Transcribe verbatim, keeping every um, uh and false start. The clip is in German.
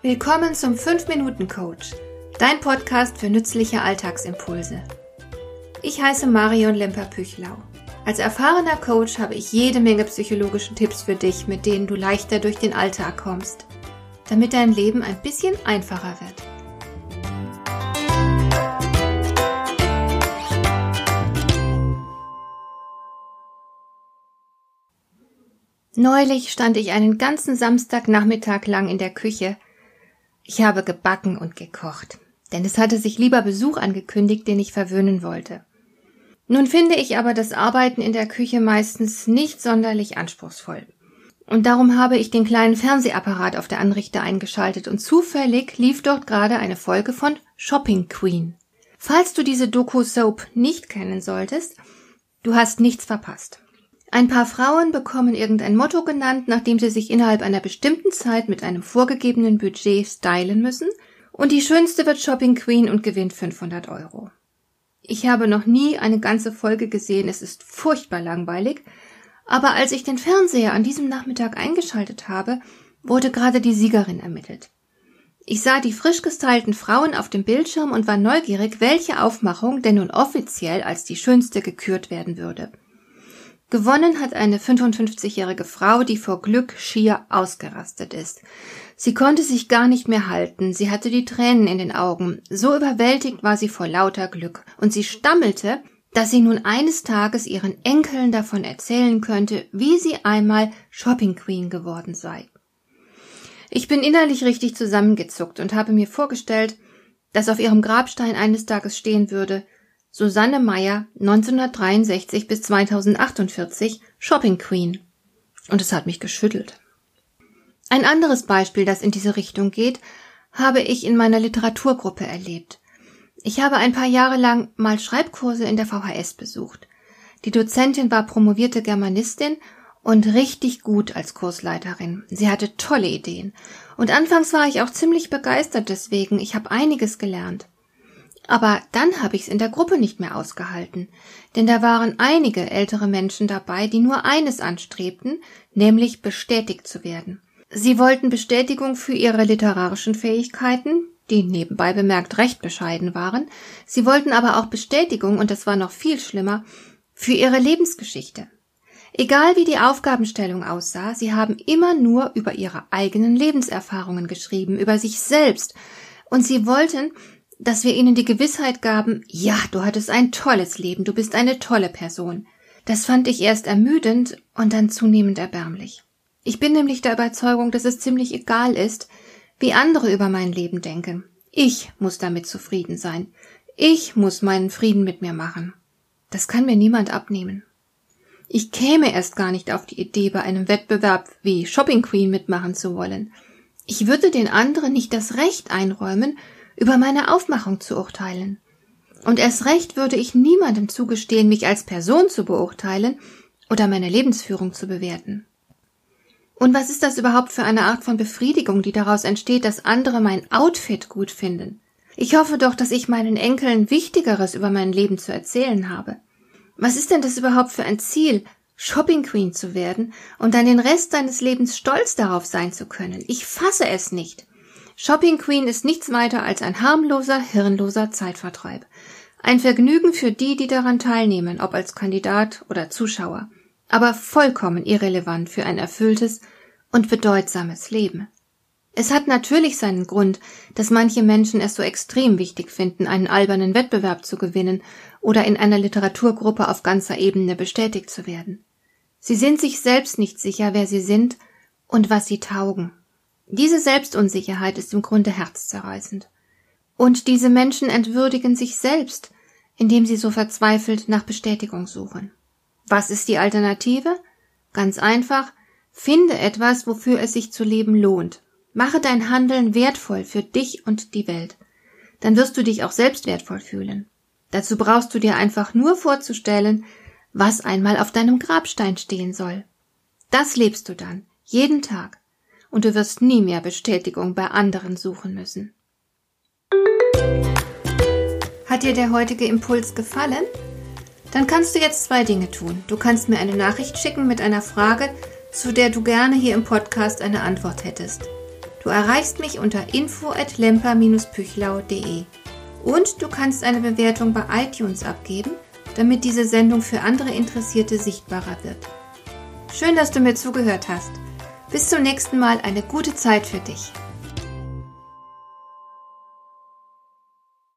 Willkommen zum fünf Minuten Coach, dein Podcast für nützliche Alltagsimpulse. Ich heiße Marion Lemper-Püchlau. Als erfahrener Coach habe ich jede Menge psychologische Tipps für dich, mit denen du leichter durch den Alltag kommst, damit dein Leben ein bisschen einfacher wird. Neulich stand ich einen ganzen Samstagnachmittag lang in der Küche. Ich habe gebacken und gekocht, denn es hatte sich lieber Besuch angekündigt, den ich verwöhnen wollte. Nun finde ich aber das Arbeiten in der Küche meistens nicht sonderlich anspruchsvoll. Und darum habe ich den kleinen Fernsehapparat auf der Anrichte eingeschaltet und zufällig lief dort gerade eine Folge von Shopping Queen. Falls du diese Doku-Soap nicht kennen solltest, du hast nichts verpasst. Ein paar Frauen bekommen irgendein Motto genannt, nachdem sie sich innerhalb einer bestimmten Zeit mit einem vorgegebenen Budget stylen müssen, und die schönste wird Shopping Queen und gewinnt fünfhundert Euro. Ich habe noch nie eine ganze Folge gesehen, es ist furchtbar langweilig, aber als ich den Fernseher an diesem Nachmittag eingeschaltet habe, wurde gerade die Siegerin ermittelt. Ich sah die frisch gestylten Frauen auf dem Bildschirm und war neugierig, welche Aufmachung denn nun offiziell als die schönste gekürt werden würde. Gewonnen hat eine fünfundfünfzigjährige Frau, die vor Glück schier ausgerastet ist. Sie konnte sich gar nicht mehr halten, sie hatte die Tränen in den Augen, so überwältigt war sie vor lauter Glück, und sie stammelte, dass sie nun eines Tages ihren Enkeln davon erzählen könnte, wie sie einmal Shopping Queen geworden sei. Ich bin innerlich richtig zusammengezuckt und habe mir vorgestellt, dass auf ihrem Grabstein eines Tages stehen würde: Susanne Meyer, neunzehnhundertdreiundsechzig bis zweitausendachtzig, Shopping Queen. Und es hat mich geschüttelt. Ein anderes Beispiel, das in diese Richtung geht, habe ich in meiner Literaturgruppe erlebt. Ich habe ein paar Jahre lang mal Schreibkurse in der V H S besucht. Die Dozentin war promovierte Germanistin und richtig gut als Kursleiterin. Sie hatte tolle Ideen. Und anfangs war ich auch ziemlich begeistert deswegen. Ich habe einiges gelernt. Aber dann habe ich es in der Gruppe nicht mehr ausgehalten, denn da waren einige ältere Menschen dabei, die nur eines anstrebten, nämlich bestätigt zu werden. Sie wollten Bestätigung für ihre literarischen Fähigkeiten, die nebenbei bemerkt recht bescheiden waren. Sie wollten aber auch Bestätigung, und das war noch viel schlimmer, für ihre Lebensgeschichte. Egal wie die Aufgabenstellung aussah, sie haben immer nur über ihre eigenen Lebenserfahrungen geschrieben, über sich selbst, und sie wollten, dass wir ihnen die Gewissheit gaben: ja, du hattest ein tolles Leben, du bist eine tolle Person. Das fand ich erst ermüdend und dann zunehmend erbärmlich. Ich bin nämlich der Überzeugung, dass es ziemlich egal ist, wie andere über mein Leben denken. Ich muss damit zufrieden sein. Ich muss meinen Frieden mit mir machen. Das kann mir niemand abnehmen. Ich käme erst gar nicht auf die Idee, bei einem Wettbewerb wie Shopping Queen mitmachen zu wollen. Ich würde den anderen nicht das Recht einräumen, über meine Aufmachung zu urteilen. Und erst recht würde ich niemandem zugestehen, mich als Person zu beurteilen oder meine Lebensführung zu bewerten. Und was ist das überhaupt für eine Art von Befriedigung, die daraus entsteht, dass andere mein Outfit gut finden? Ich hoffe doch, dass ich meinen Enkeln Wichtigeres über mein Leben zu erzählen habe. Was ist denn das überhaupt für ein Ziel, Shopping Queen zu werden und dann den Rest deines Lebens stolz darauf sein zu können? Ich fasse es nicht. Shopping Queen ist nichts weiter als ein harmloser, hirnloser Zeitvertreib. Ein Vergnügen für die, die daran teilnehmen, ob als Kandidat oder Zuschauer, aber vollkommen irrelevant für ein erfülltes und bedeutsames Leben. Es hat natürlich seinen Grund, dass manche Menschen es so extrem wichtig finden, einen albernen Wettbewerb zu gewinnen oder in einer Literaturgruppe auf ganzer Ebene bestätigt zu werden. Sie sind sich selbst nicht sicher, wer sie sind und was sie taugen. Diese Selbstunsicherheit ist im Grunde herzzerreißend. Und diese Menschen entwürdigen sich selbst, indem sie so verzweifelt nach Bestätigung suchen. Was ist die Alternative? Ganz einfach: finde etwas, wofür es sich zu leben lohnt. Mache dein Handeln wertvoll für dich und die Welt. Dann wirst du dich auch selbst wertvoll fühlen. Dazu brauchst du dir einfach nur vorzustellen, was einmal auf deinem Grabstein stehen soll. Das lebst du dann, jeden Tag. Und du wirst nie mehr Bestätigung bei anderen suchen müssen. Hat dir der heutige Impuls gefallen? Dann kannst du jetzt zwei Dinge tun. Du kannst mir eine Nachricht schicken mit einer Frage, zu der du gerne hier im Podcast eine Antwort hättest. Du erreichst mich unter info at lemper Bindestrich püchlau punkt de und du kannst eine Bewertung bei iTunes abgeben, damit diese Sendung für andere Interessierte sichtbarer wird. Schön, dass du mir zugehört hast. Bis zum nächsten Mal, eine gute Zeit für dich.